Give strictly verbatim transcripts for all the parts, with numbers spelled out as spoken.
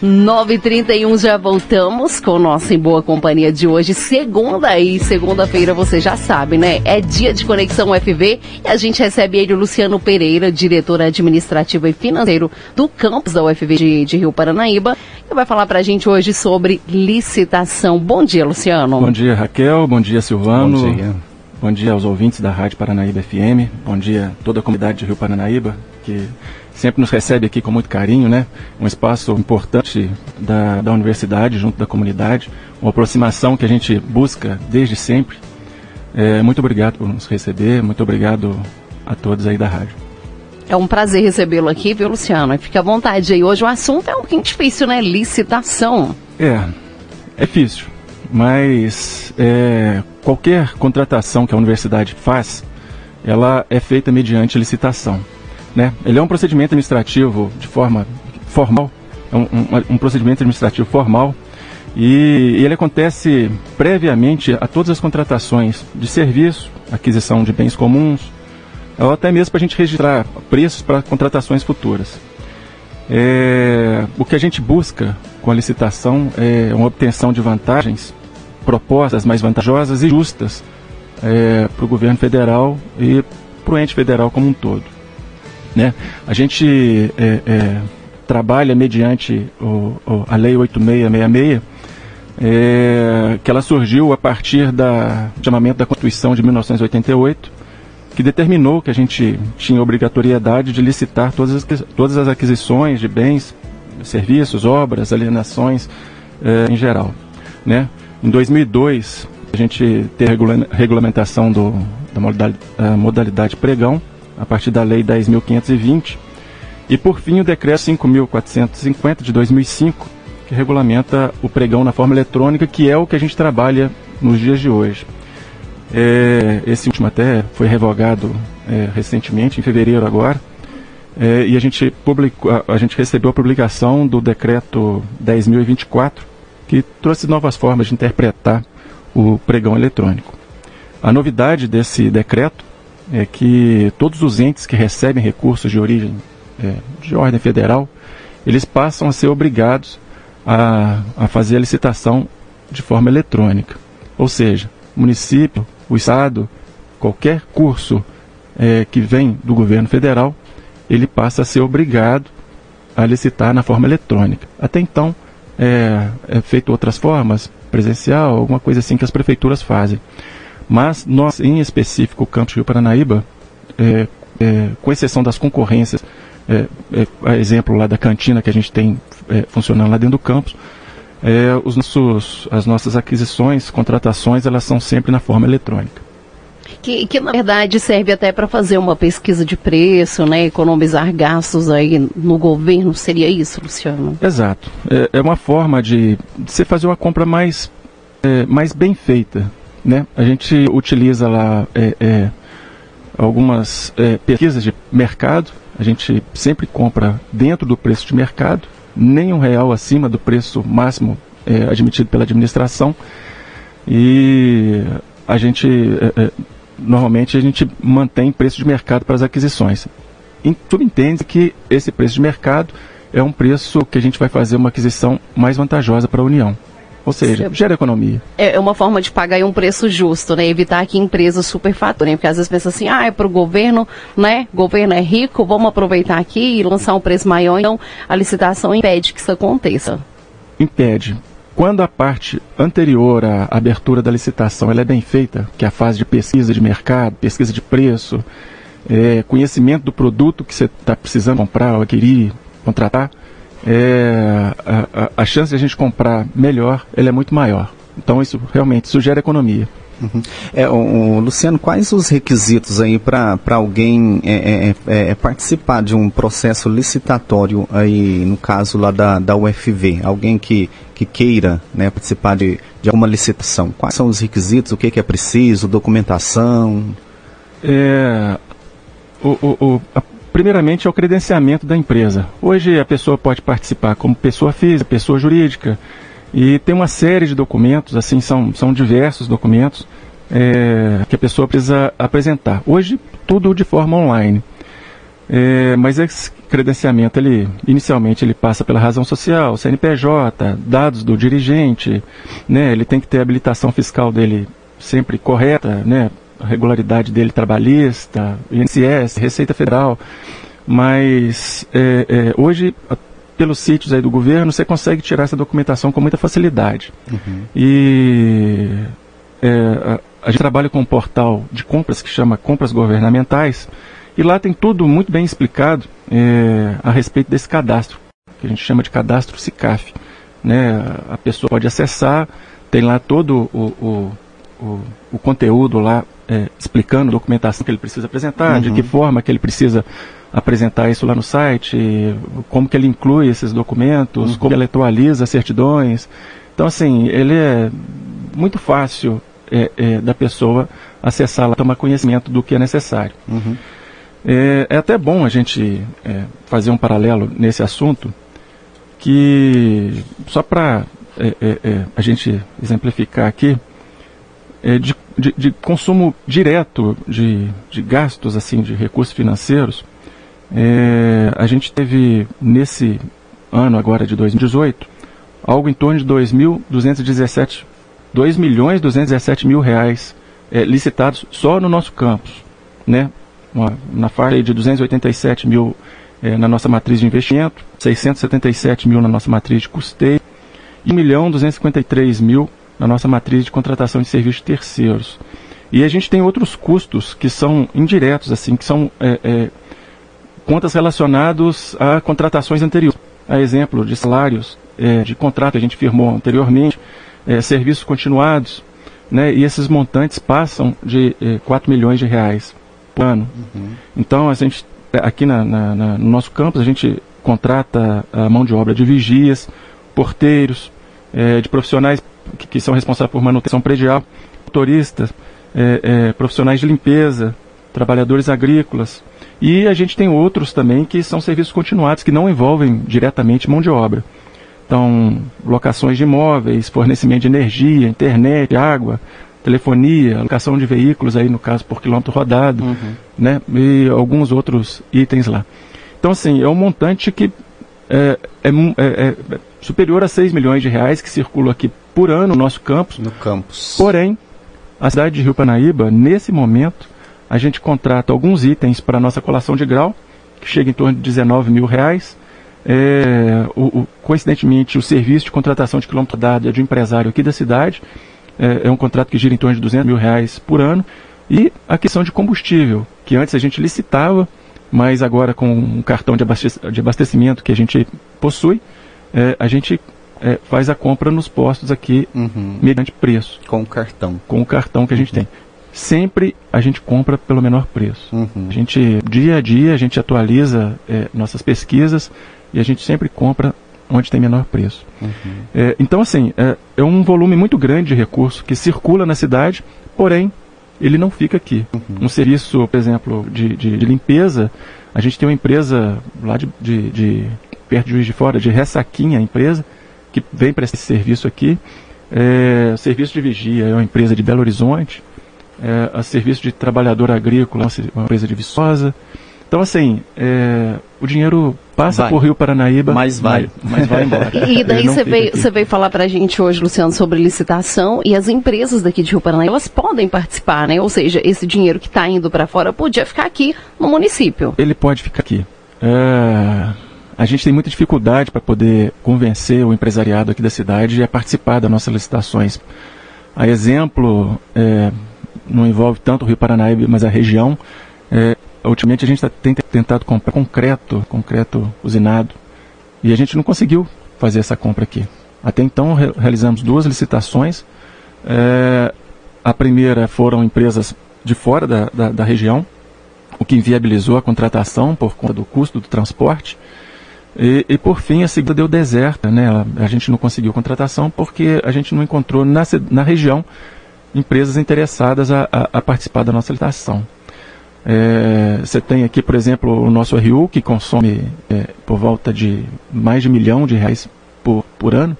nove e trinta e um, já voltamos com o nosso Em Boa Companhia de hoje, segunda e segunda-feira, você já sabe, né? É dia de Conexão U F V e a gente recebe ele, o Luciano Pereira, diretor administrativo e financeiro do campus da U F V de, de Rio Paranaíba, que vai falar pra gente hoje sobre licitação. Bom dia, Luciano. Bom dia, Raquel. Bom dia, Silvano. Bom dia. Bom dia aos ouvintes da Rádio Paranaíba F M. Bom dia a toda a comunidade de Rio Paranaíba, que sempre nos recebe aqui com muito carinho, né? Um espaço importante da, da universidade junto da comunidade, uma aproximação que a gente busca desde sempre. É, muito obrigado por nos receber, muito obrigado a todos aí da rádio. É um prazer recebê-lo aqui, viu, Luciano? Fique à vontade aí. Hoje o assunto é um pouquinho difícil, né? Licitação. É, é difícil, mas é, qualquer contratação que a universidade faz, ela é feita mediante licitação. Né? Ele é um procedimento administrativo de forma formal, é um, um, um procedimento administrativo formal e, e ele acontece previamente a todas as contratações de serviço, aquisição de bens comuns, ou até mesmo para a gente registrar preços para contratações futuras. É, o que a gente busca com a licitação é uma obtenção de vantagens, propostas mais vantajosas e justas é, para o governo federal e para o ente federal como um todo. Né? A gente é, é, trabalha mediante o, o, a Lei oito mil seiscentos e sessenta e seis, é, que ela surgiu a partir da, do chamamento da Constituição de mil novecentos e oitenta e oito, que determinou que a gente tinha obrigatoriedade de licitar todas as, todas as aquisições de bens, serviços, obras, alienações é, em geral. Né? Em dois mil e dois, a gente teve a regula regulamentação do, da modalidade, modalidade pregão, a partir da Lei dez mil quinhentos e vinte, e por fim o Decreto cinco mil quatrocentos e cinquenta de dois mil e cinco, que regulamenta o pregão na forma eletrônica, que é o que a gente trabalha nos dias de hoje. É, esse último até foi revogado é, recentemente, em fevereiro agora, é, e a gente, publicou, a, a gente recebeu a publicação do Decreto dez mil e vinte e quatro, que trouxe novas formas de interpretar o pregão eletrônico. A novidade desse decreto é que todos os entes que recebem recursos de origem, é, de ordem federal, eles passam a ser obrigados a, a fazer a licitação de forma eletrônica. Ou seja, o município, o estado, qualquer curso é, que vem do governo federal, ele passa a ser obrigado a licitar na forma eletrônica. Até então, é, é feito outras formas, presencial, alguma coisa assim que as prefeituras fazem. Mas nós, em específico, o campus Rio Paranaíba, é, é, com exceção das concorrências, é, é, exemplo lá da cantina que a gente tem é, funcionando lá dentro do campus, é, os nossos, as nossas aquisições, contratações, elas são sempre na forma eletrônica. Que, que na verdade serve até para fazer uma pesquisa de preço, né, economizar gastos aí no governo, seria isso, Luciano? Exato. É, é uma forma de, de você fazer uma compra mais, é, mais bem feita. Né? A gente utiliza lá é, é, algumas é, pesquisas de mercado, a gente sempre compra dentro do preço de mercado, nem um real acima do preço máximo é, admitido pela administração, e a gente, é, é, normalmente a gente mantém preço de mercado para as aquisições. Subentende que esse preço de mercado é um preço que a gente vai fazer uma aquisição mais vantajosa para a União. Ou seja, gera economia. É uma forma de pagar um preço justo, né? Evitar que empresas superfaturem, porque às vezes pensa assim, ah, é para o governo, né? O governo é rico, vamos aproveitar aqui e lançar um preço maior. Então, a licitação impede que isso aconteça. Impede. Quando a parte anterior à abertura da licitação ela é bem feita, que é a fase de pesquisa de mercado, pesquisa de preço, é, conhecimento do produto que você está precisando comprar, ou adquirir, contratar, É, a, a, a chance de a gente comprar melhor, ela é muito maior. Então isso realmente sugere economia. Uhum. É, o, o Luciano, quais os requisitos aí para alguém é, é, é, participar de um processo licitatório aí, no caso lá da, da U F V? Alguém que, que queira, né, participar de, de alguma licitação. Quais são os requisitos, o que, que é preciso, documentação? É, o, o, o, a Primeiramente, é o credenciamento da empresa. Hoje a pessoa pode participar como pessoa física, pessoa jurídica, e tem uma série de documentos, assim, são, são diversos documentos é, que a pessoa precisa apresentar. Hoje, tudo de forma online. É, mas é credenciamento, ele inicialmente ele passa pela razão social, C N P J, dados do dirigente, né? Ele tem que ter a habilitação fiscal dele sempre correta, né? A regularidade dele trabalhista, I N S S, Receita Federal. Mas é, é, hoje, pelos sítios aí do governo, você consegue tirar essa documentação com muita facilidade. Uhum. E é, a, a gente trabalha com um portal de compras que chama Compras Governamentais, e lá tem tudo muito bem explicado é, a respeito desse cadastro, que a gente chama de cadastro SICAF. Né? A pessoa pode acessar, tem lá todo o, o, o, o conteúdo lá é, explicando a documentação que ele precisa apresentar, uhum. de que forma que ele precisa apresentar isso lá no site, como que ele inclui esses documentos, uhum. como ele atualiza as certidões. Então, assim, ele é muito fácil é, é, da pessoa acessar lá, tomar conhecimento do que é necessário. Uhum. É, é até bom a gente é, fazer um paralelo nesse assunto, que só para é, é, é, a gente exemplificar aqui, é, de, de, de consumo direto de, de gastos, assim, de recursos financeiros, é, a gente teve nesse ano agora de dois mil e dezoito, algo em torno de dois milhões duzentos e dezessete mil reais é, licitados só no nosso campus, né? Uma, na faixa de duzentos e oitenta e sete mil é, na nossa matriz de investimento, seiscentos e setenta e sete mil na nossa matriz de custeio e um milhão duzentos e cinquenta e três mil na nossa matriz de contratação de serviços de terceiros. E a gente tem outros custos que são indiretos, assim, que são é, é, contas relacionadas a contratações anteriores. A exemplo de salários é, de contrato que a gente firmou anteriormente, é, serviços continuados, né, e esses montantes passam de é, quatro milhões de reais por ano. Uhum. Então, a gente, aqui na, na, na, no nosso campus, a gente contrata a mão de obra de vigias, porteiros, é, de profissionais que, que são responsáveis por manutenção predial, motoristas, é, é, profissionais de limpeza, trabalhadores agrícolas. E a gente tem outros também que são serviços continuados, que não envolvem diretamente mão de obra. Então, locações de imóveis, fornecimento de energia, internet, água, telefonia, alocação de veículos, aí no caso por quilômetro rodado, uhum. né, e alguns outros itens lá. Então, assim, é um montante que é, é, é, é superior a seis milhões de reais que circula aqui por ano no nosso campus. No campus. Porém, a cidade de Rio Paranaíba, nesse momento, a gente contrata alguns itens para a nossa colação de grau, que chega em torno de dezenove mil reais. É, o, o, coincidentemente, o serviço de contratação de quilômetro rodado é de um empresário aqui da cidade. É, é um contrato que gira em torno de duzentos mil reais por ano. E a questão de combustível, que antes a gente licitava, mas agora com um cartão de, abastec de abastecimento que a gente possui, é, a gente é, faz a compra nos postos aqui, uhum. mediante preço. Com o cartão. Com o cartão que a gente tem. Sempre a gente compra pelo menor preço. Uhum. A gente, dia a dia, a gente atualiza é, nossas pesquisas e a gente sempre compra onde tem menor preço. Uhum. É, então, assim, é, é um volume muito grande de recurso que circula na cidade, porém, ele não fica aqui. Uhum. Um serviço, por exemplo, de, de, de limpeza, a gente tem uma empresa lá de, de, de perto de Juiz de Fora, de Ressaquinha, a empresa, que vem para esse serviço aqui. É, o serviço de vigia é uma empresa de Belo Horizonte, é, a serviço de trabalhador agrícola é uma empresa de Viçosa. Então, assim, é, o dinheiro passa vai. por Rio Paranaíba, mas vai, mas vai embora. E daí você veio, você veio falar para a gente hoje, Luciano, sobre licitação, e as empresas daqui de Rio Paranaíba, elas podem participar, né? Ou seja, esse dinheiro que está indo para fora podia ficar aqui no município. Ele pode ficar aqui. É, a gente tem muita dificuldade para poder convencer o empresariado aqui da cidade a participar das nossas licitações. A exemplo, é, não envolve tanto o Rio Paranaíba, mas a região. É, ultimamente a gente tem tentado comprar concreto, concreto usinado, e a gente não conseguiu fazer essa compra aqui. Até então re realizamos duas licitações. É, a primeira foram empresas de fora da, da, da região, o que inviabilizou a contratação por conta do custo do transporte. E, e por fim a segunda deu deserta, né? A gente não conseguiu contratação porque a gente não encontrou na, na região empresas interessadas a, a, a participar da nossa licitação. É, você tem aqui, por exemplo, o nosso R U, que consome é, por volta de mais de um milhão de reais por, por ano.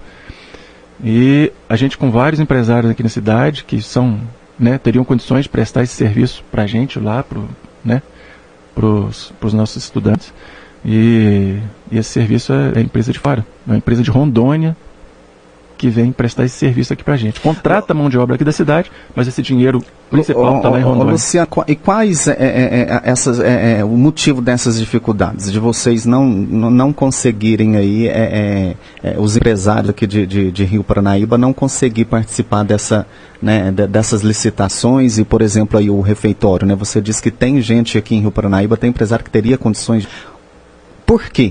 E a gente, com vários empresários aqui na cidade, que são, né, teriam condições de prestar esse serviço para a gente lá, pro, né, para os nossos estudantes. E, e esse serviço é, é empresa de fora, é uma empresa de Rondônia que vem prestar esse serviço aqui pra gente. Contrata a mão de obra aqui da cidade, mas esse dinheiro principal está lá em Rondônia. Luciano, e quais é, é, é, essas, é, é, o motivo dessas dificuldades? De vocês não, não conseguirem aí, é, é, os empresários aqui de, de, de Rio Paranaíba não conseguir participar dessa, né, dessas licitações e, por exemplo, aí o refeitório, né? Você disse que tem gente aqui em Rio Paranaíba, tem empresário que teria condições. Por quê?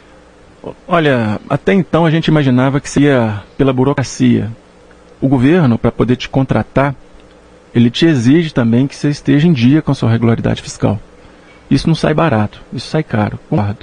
Olha, até então a gente imaginava que seria pela burocracia. O governo, para poder te contratar, ele te exige também que você esteja em dia com a sua regularidade fiscal. Isso não sai barato, isso sai caro, concordo.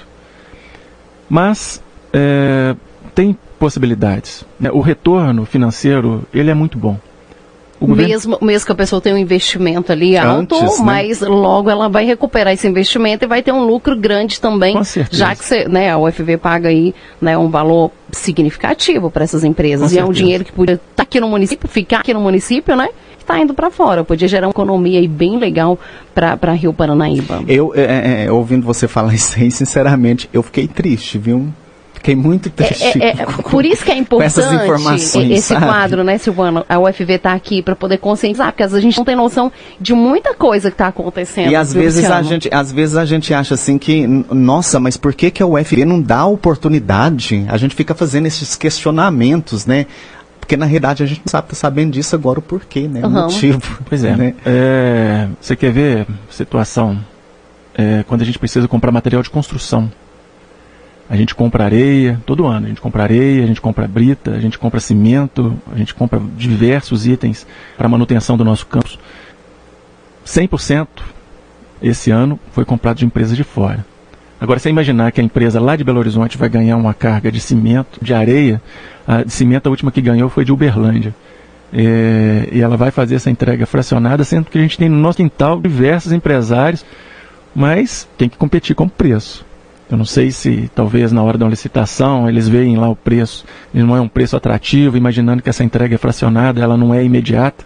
Mas é, tem possibilidades. O retorno financeiro, ele é muito bom. O governo... mesmo, mesmo que a pessoa tenha um investimento ali alto, Antes, mas né? logo ela vai recuperar esse investimento e vai ter um lucro grande também. Com certeza. Já que você, né, a U F V paga aí, né, um valor significativo para essas empresas. Com e certeza. É um dinheiro que podia estar aqui no município, ficar aqui no município, né? Está indo para fora. Podia gerar uma economia aí bem legal para Rio Paranaíba. Eu, é, é, ouvindo você falar isso aí, sinceramente, eu fiquei triste, viu? Fiquei muito triste. É, é, é, por isso que é importante esse sabe? quadro, né, Silvano? A U F V está aqui para poder conscientizar, porque às vezes a gente não tem noção de muita coisa que está acontecendo. E às vezes, a gente, às vezes a gente acha assim que, nossa, mas por que, que a U F V não dá oportunidade? A gente fica fazendo esses questionamentos, né? Porque na realidade a gente não sabe, tá sabendo disso agora o porquê, né? O uhum. motivo. Pois é. Né? é. Você quer ver situação? É, quando a gente precisa comprar material de construção. A gente compra areia, todo ano, a gente compra areia, a gente compra brita, a gente compra cimento, a gente compra diversos itens para manutenção do nosso campus. cem por cento esse ano foi comprado de empresas de fora. Agora, você imaginar que a empresa lá de Belo Horizonte vai ganhar uma carga de cimento, de areia, a de cimento a última que ganhou foi de Uberlândia. É, e ela vai fazer essa entrega fracionada, sendo que a gente tem no nosso quintal diversos empresários, mas tem que competir com o preço. Eu não sei se talvez na hora da licitação eles veem lá o preço, ele não é um preço atrativo, imaginando que essa entrega é fracionada, ela não é imediata.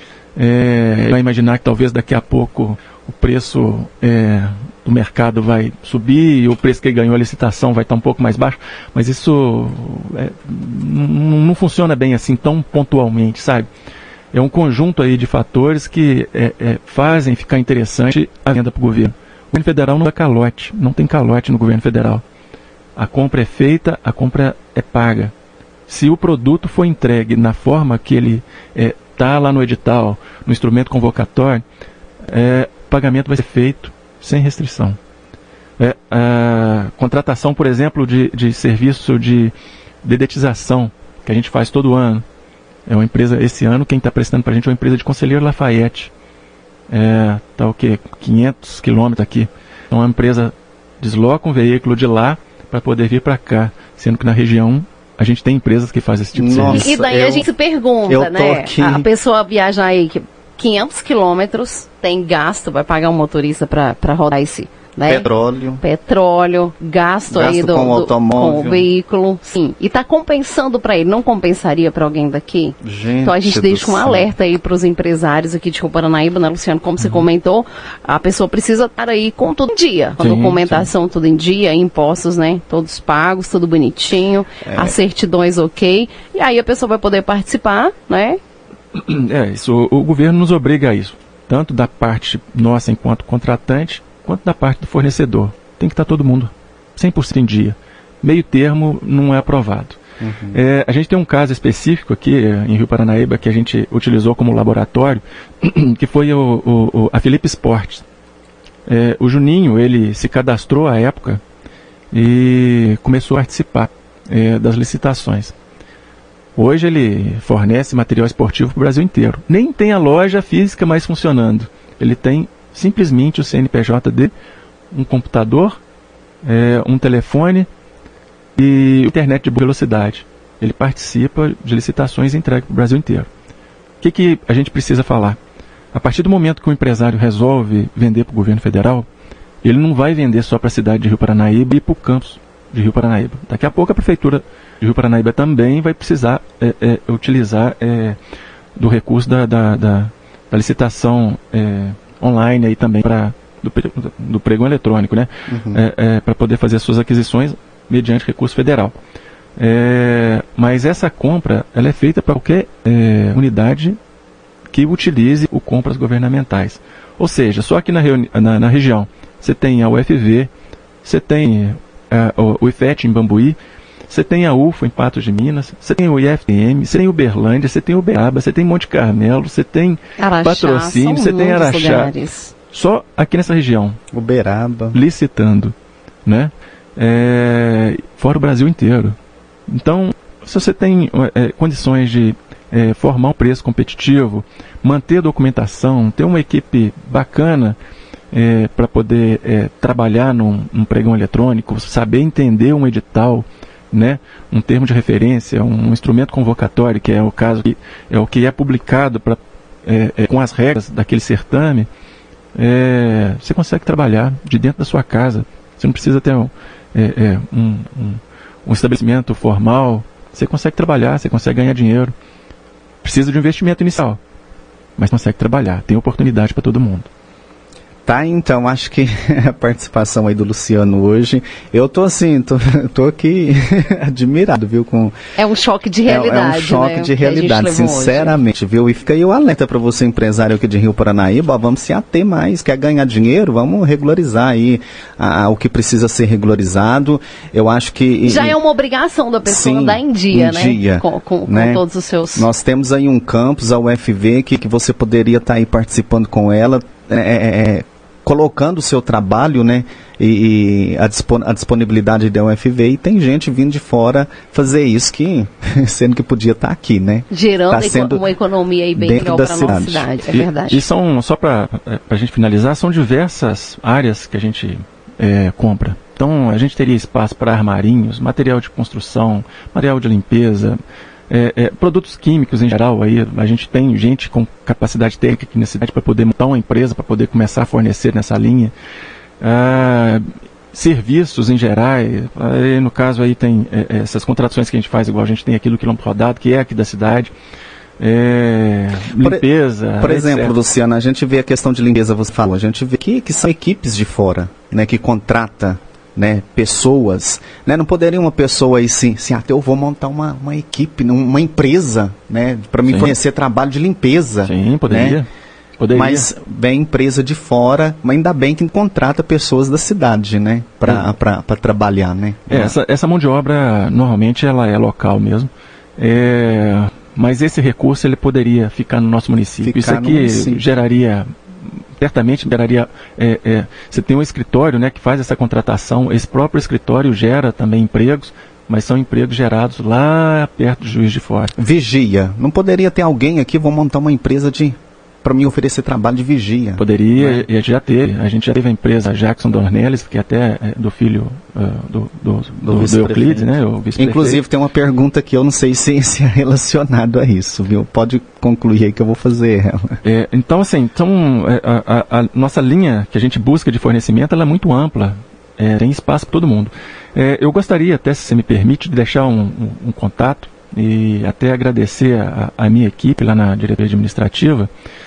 É, vai imaginar que talvez daqui a pouco o preço é, do mercado vai subir e o preço que ganhou a licitação vai estar um pouco mais baixo, mas isso é, não, não funciona bem assim tão pontualmente, sabe? É um conjunto aí de fatores que é, é, fazem ficar interessante a venda para o governo. O governo federal não dá calote, não tem calote no governo federal. A compra é feita, a compra é paga. Se o produto for entregue na forma que ele está é, lá no edital, no instrumento convocatório, é, o pagamento vai ser feito sem restrição. É, a contratação, por exemplo, de, de serviço de dedetização, que a gente faz todo ano. É uma empresa, esse ano, quem está prestando para a gente é uma empresa de Conselheiro Lafayette. É, tá o quê? quinhentos quilômetros aqui. Então a empresa desloca um veículo de lá para poder vir para cá, sendo que na região a gente tem empresas que fazem esse tipo de Nossa, serviço. E daí eu, a gente se pergunta, né? Aqui. A pessoa viaja aí quinhentos quilômetros, tem gasto, vai pagar um motorista para rodar esse, né? Petróleo. Petróleo, gasto, gasto aí do, com, o do, automóvel. com o veículo. Sim. E está compensando para ele, não compensaria para alguém daqui? Gente então a gente deixa um céu. alerta aí para os empresários aqui de Rio Paranaíba, né, Luciano? Como uhum. você comentou, a pessoa precisa estar aí com tudo em dia. Com a documentação sim. tudo em dia, impostos, né? Todos pagos, tudo bonitinho, é. as certidões ok. E aí a pessoa vai poder participar, né? É, isso, o governo nos obriga a isso. Tanto da parte nossa enquanto contratante, quanto da parte do fornecedor. Tem que estar todo mundo cem por cento em dia. Meio termo não é aprovado. Uhum. É, a gente tem um caso específico aqui em Rio Paranaíba que a gente utilizou como laboratório, que foi o, o, o, a Felipe Sports. É, o Juninho, ele se cadastrou à época e começou a participar é, das licitações. Hoje ele fornece material esportivo para o Brasil inteiro. Nem tem a loja física mais funcionando. Ele tem simplesmente o C N P J dele, um computador, é, um telefone e internet de boa velocidade. Ele participa de licitações e entrega para o Brasil inteiro. O que, que a gente precisa falar? A partir do momento que o empresário resolve vender para o governo federal, ele não vai vender só para a cidade de Rio Paranaíba e para o campus de Rio Paranaíba. Daqui a pouco a prefeitura de Rio Paranaíba também vai precisar é, é, utilizar é, do recurso da, da, da, da licitação é, online aí também para do, do pregão eletrônico, né? Uhum. É, é, para poder fazer suas aquisições mediante recurso federal. É, mas essa compra, ela é feita para qualquer é, unidade que utilize o compras governamentais. Ou seja, só aqui na, na, na região, você tem a U F V, você tem a, o, o I F E T em Bambuí, você tem a U F A em Patos de Minas, você tem o I F T M, você tem Uberlândia, você tem Uberaba, você tem Monte Carmelo, você tem Araxá, Patrocínio, você tem Araxá. Lugares. Só aqui nessa região. Uberaba. Licitando, né? É, fora o Brasil inteiro. Então, se você tem é, condições de é, formar um preço competitivo, manter a documentação, ter uma equipe bacana é, para poder é, trabalhar num, num pregão eletrônico, saber entender um edital, né, um termo de referência, um instrumento convocatório, que é o caso que é o que é publicado pra, é, é, com as regras daquele certame, é, você consegue trabalhar de dentro da sua casa. Você não precisa ter um, é, é, um, um, um estabelecimento formal. Você consegue trabalhar, você consegue ganhar dinheiro. Precisa de um investimento inicial, mas consegue trabalhar, tem oportunidade para todo mundo. Tá, então, acho que a participação aí do Luciano hoje, eu tô assim, tô, tô aqui admirado, viu? Com, é um choque de realidade, É, é um choque né, de realidade, sinceramente, hoje. Viu? E fica aí o alerta para você, empresário aqui de Rio Paranaíba, ó, vamos se ater mais, quer ganhar dinheiro, vamos regularizar aí a, a, o que precisa ser regularizado. Eu acho que... Já e, é uma obrigação da pessoa sim, dar em dia, em né? dia, com, com, né? com todos os seus... Nós temos aí um campus, a U F V, que, que você poderia estar tá aí participando com ela, é, é, colocando o seu trabalho, né, e, e a, dispon a disponibilidade da U F V, e tem gente vindo de fora fazer isso, que sendo que podia estar tá aqui, né? Gerando tá sendo uma economia aí bem legal para a nossa cidade, é e, verdade. E são, só para a gente finalizar, são diversas áreas que a gente é, compra. Então, a gente teria espaço para armarinhos, material de construção, material de limpeza, É, é, produtos químicos em geral. Aí a gente tem gente com capacidade técnica aqui na cidade para poder montar uma empresa, para poder começar a fornecer nessa linha. Ah, serviços em geral, aí, no caso aí tem é, essas contratações que a gente faz, igual a gente tem aqui do Quilômetro Rodado, que é aqui da cidade. É, limpeza. Por, por exemplo, etcétera. Luciana, a gente vê a questão de limpeza, você falou, a gente vê que, que são equipes de fora, né, que contrata, né, pessoas, né, não poderia uma pessoa aí sim, assim, até eu vou montar uma, uma equipe, uma empresa, né, para me fornecer trabalho de limpeza. Sim, poderia. Né? Poderia. Mas bem empresa de fora, mas ainda bem que contrata pessoas da cidade, né, para para trabalhar, né. É, essa, essa mão de obra normalmente ela é local mesmo, é, mas esse recurso ele poderia ficar no nosso município. Ficar Isso aqui município. geraria certamente geraria, é, é, você tem um escritório, né, que faz essa contratação, esse próprio escritório gera também empregos, mas são empregos gerados lá perto do Juiz de Fora. Vigia, não poderia ter alguém aqui, vou montar uma empresa de para me oferecer trabalho de vigia? Poderia, né? E já teve, a gente já teve a empresa Jackson Dornelles, que até é do filho uh, do, do, do, do, do Euclides, né, o vice-prefeito. Inclusive tem uma pergunta que eu não sei se, se é relacionado a isso, viu? Pode concluir aí que eu vou fazer ela. É, então, assim, então, a, a, a nossa linha que a gente busca de fornecimento, ela é muito ampla, é, tem espaço para todo mundo. É, eu gostaria, até se você me permite, de deixar um, um, um contato e até agradecer a, a minha equipe lá na diretoria administrativa.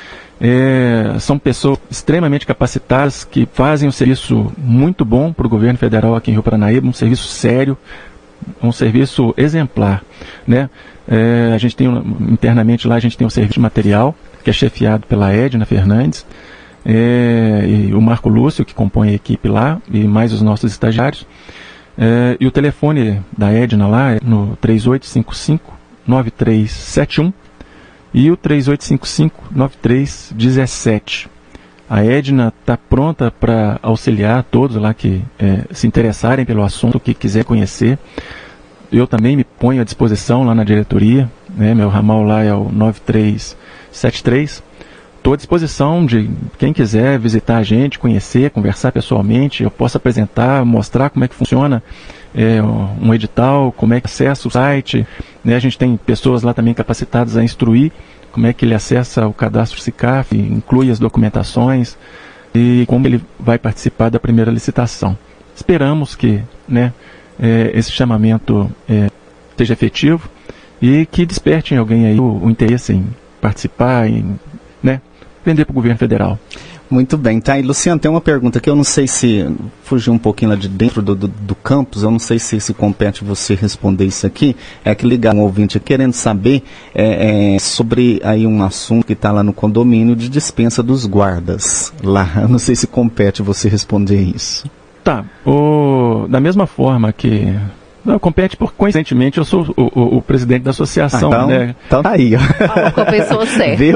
É, são pessoas extremamente capacitadas que fazem um serviço muito bom para o governo federal aqui em Rio Paranaíba, um serviço sério, um serviço exemplar, né? É, a gente tem internamente lá, a gente tem um serviço de material que é chefiado pela Edna Fernandes, é, e o Marco Lúcio, que compõe a equipe lá, e mais os nossos estagiários. É, e o telefone da Edna lá é no três oito cinco cinco, nove três sete um e o três oito cinco cinco, nove três um sete. A Edna está pronta para auxiliar todos lá que é, se interessarem pelo assunto, que quiser conhecer. Eu também me ponho à disposição lá na diretoria, né, meu ramal lá é o nove três sete três. Estou à disposição de quem quiser visitar a gente, conhecer, conversar pessoalmente. Eu posso apresentar, mostrar como é que funciona é, um edital, como é que acessa o site. Né, a gente tem pessoas lá também capacitadas a instruir como é que ele acessa o cadastro SICAF, inclui as documentações e como ele vai participar da primeira licitação. Esperamos que, né, é, esse chamamento é, seja efetivo e que desperte em alguém aí o, o interesse em participar, em, né, vender para o governo federal. Muito bem, tá? E Luciano, tem uma pergunta que eu não sei se fugiu um pouquinho lá de dentro do, do, do campus, eu não sei se, se compete você responder isso aqui, é que ligar um ouvinte querendo saber é, é, sobre aí um assunto que está lá no condomínio de dispensa dos guardas lá. Eu não sei se compete você responder isso. Tá, o, da mesma forma que... Não, compete porque, coincidentemente, eu sou o, o, o presidente da associação, ah, então, né? Então tá aí, ó. Falou com a pessoa certa. Viu?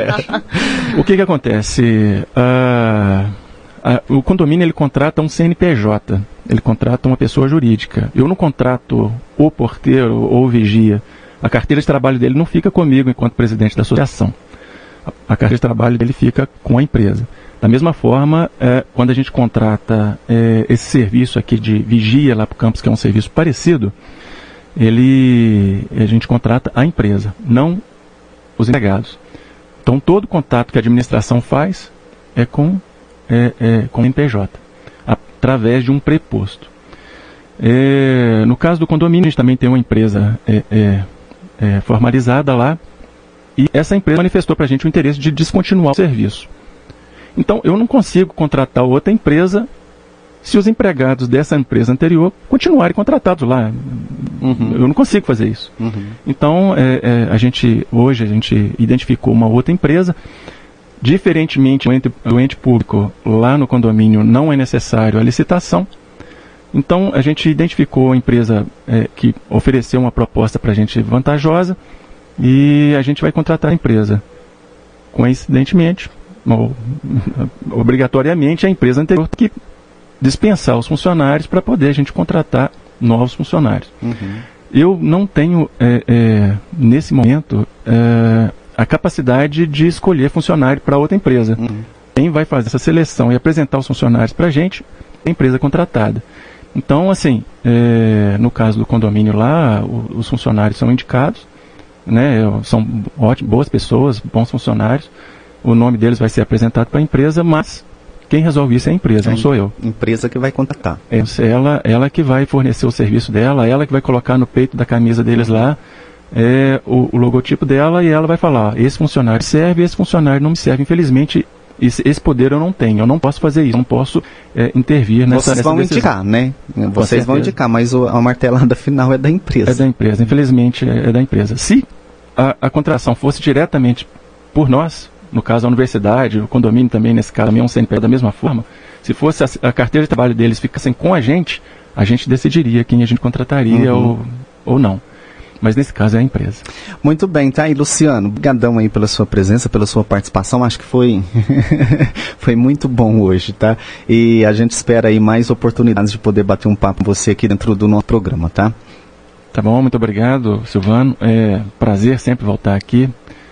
O que que acontece? Uh, uh, o condomínio, ele contrata um C N P J, ele contrata uma pessoa jurídica. Eu não contrato o porteiro ou o vigia. A carteira de trabalho dele não fica comigo enquanto presidente da associação. A, a carteira de trabalho dele fica com a empresa. Da mesma forma, é, quando a gente contrata é, esse serviço aqui de vigia lá para o campus, que é um serviço parecido, ele, a gente contrata a empresa, não os empregados. Então, todo contato que a administração faz é com, é, é, com o N P J, através de um preposto. É, no caso do condomínio, a gente também tem uma empresa é, é, é, formalizada lá, e essa empresa manifestou para a gente o interesse de descontinuar o serviço. Então, eu não consigo contratar outra empresa se os empregados dessa empresa anterior continuarem contratados lá. Uhum. Eu não consigo fazer isso. Uhum. Então, é, é, a gente, hoje, a gente identificou uma outra empresa. Diferentemente do ente, do ente público, lá no condomínio não é necessário a licitação. Então, a gente identificou a empresa é, que ofereceu uma proposta para a gente vantajosa e a gente vai contratar a empresa. Coincidentemente, ou, obrigatoriamente, a empresa anterior tem que dispensar os funcionários para poder a gente contratar novos funcionários. Uhum. Eu não tenho, é, é, nesse momento, é, a capacidade de escolher funcionário para outra empresa. Uhum. Quem vai fazer essa seleção e apresentar os funcionários para a gente é a empresa contratada. Então, assim, é, no caso do condomínio lá, o, os funcionários são indicados, né, são ótimos, boas pessoas, bons funcionários. O nome deles vai ser apresentado para a empresa, mas quem resolve isso é a empresa, é não sou eu. Empresa que vai contratar. É ela, ela que vai fornecer o serviço dela, ela que vai colocar no peito da camisa deles lá é, o, o logotipo dela e ela vai falar, ó, esse funcionário serve, esse funcionário não me serve. Infelizmente, esse, esse poder eu não tenho, eu não posso fazer isso, eu não posso é, intervir nessa Vocês nessa vão decisão. indicar, né? Vocês vão indicar, mas o, a martelada final é da empresa. É da empresa, infelizmente é, é da empresa. Se a, a contratação fosse diretamente por nós, no caso a universidade, o condomínio também, nesse caso, também é um C N P J da mesma forma, se fosse a, a carteira de trabalho deles ficassem com a gente, a gente decidiria quem a gente contrataria uhum. ou, ou não. Mas nesse caso é a empresa. Muito bem, tá aí, Luciano. Obrigadão aí pela sua presença, pela sua participação. Acho que foi, foi muito bom hoje, tá? E a gente espera aí mais oportunidades de poder bater um papo com você aqui dentro do nosso programa, tá? Tá bom, muito obrigado, Silvano. É prazer sempre voltar aqui.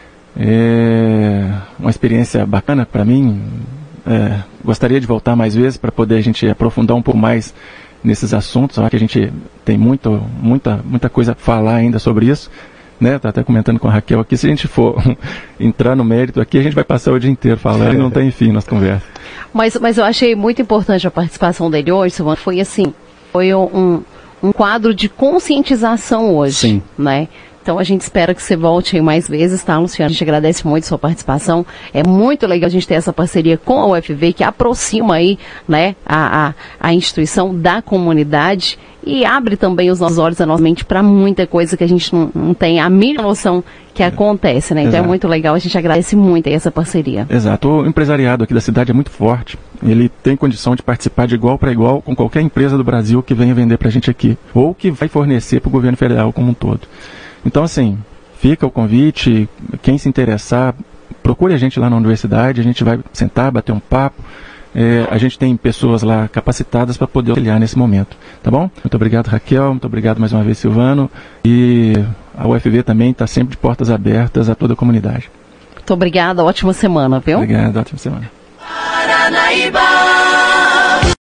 É uma experiência bacana para mim. É, gostaria de voltar mais vezes para poder a gente aprofundar um pouco mais nesses assuntos. Acho que a gente tem muito, muita, muita coisa a falar ainda sobre isso, né? Tá até comentando com a Raquel aqui. Se a gente for entrar no mérito aqui, a gente vai passar o dia inteiro falando e não tem fim nossa conversa. Mas, mas eu achei muito importante a participação dele hoje, Silvano. Foi assim, foi um, um quadro de conscientização hoje, Sim. né? Então a gente espera que você volte aí mais vezes, tá, Luciano? A gente agradece muito a sua participação. É muito legal a gente ter essa parceria com a U F V, que aproxima aí, né, a, a, a instituição da comunidade e abre também os nossos olhos, a nossa mente para muita coisa que a gente não, não tem a mínima noção que acontece, né? Então Exato. É muito legal, a gente agradece muito aí essa parceria. Exato. O empresariado aqui da cidade é muito forte. Ele tem condição de participar de igual para igual com qualquer empresa do Brasil que venha vender para a gente aqui, ou que vai fornecer para o governo federal como um todo. Então, assim, fica o convite, quem se interessar, procure a gente lá na universidade, a gente vai sentar, bater um papo, é, a gente tem pessoas lá capacitadas para poder auxiliar nesse momento, tá bom? Muito obrigado, Raquel, muito obrigado mais uma vez, Silvano, e a U F V também está sempre de portas abertas a toda a comunidade. Muito obrigada, ótima semana, viu? Obrigado, ótima semana. Paranaíba.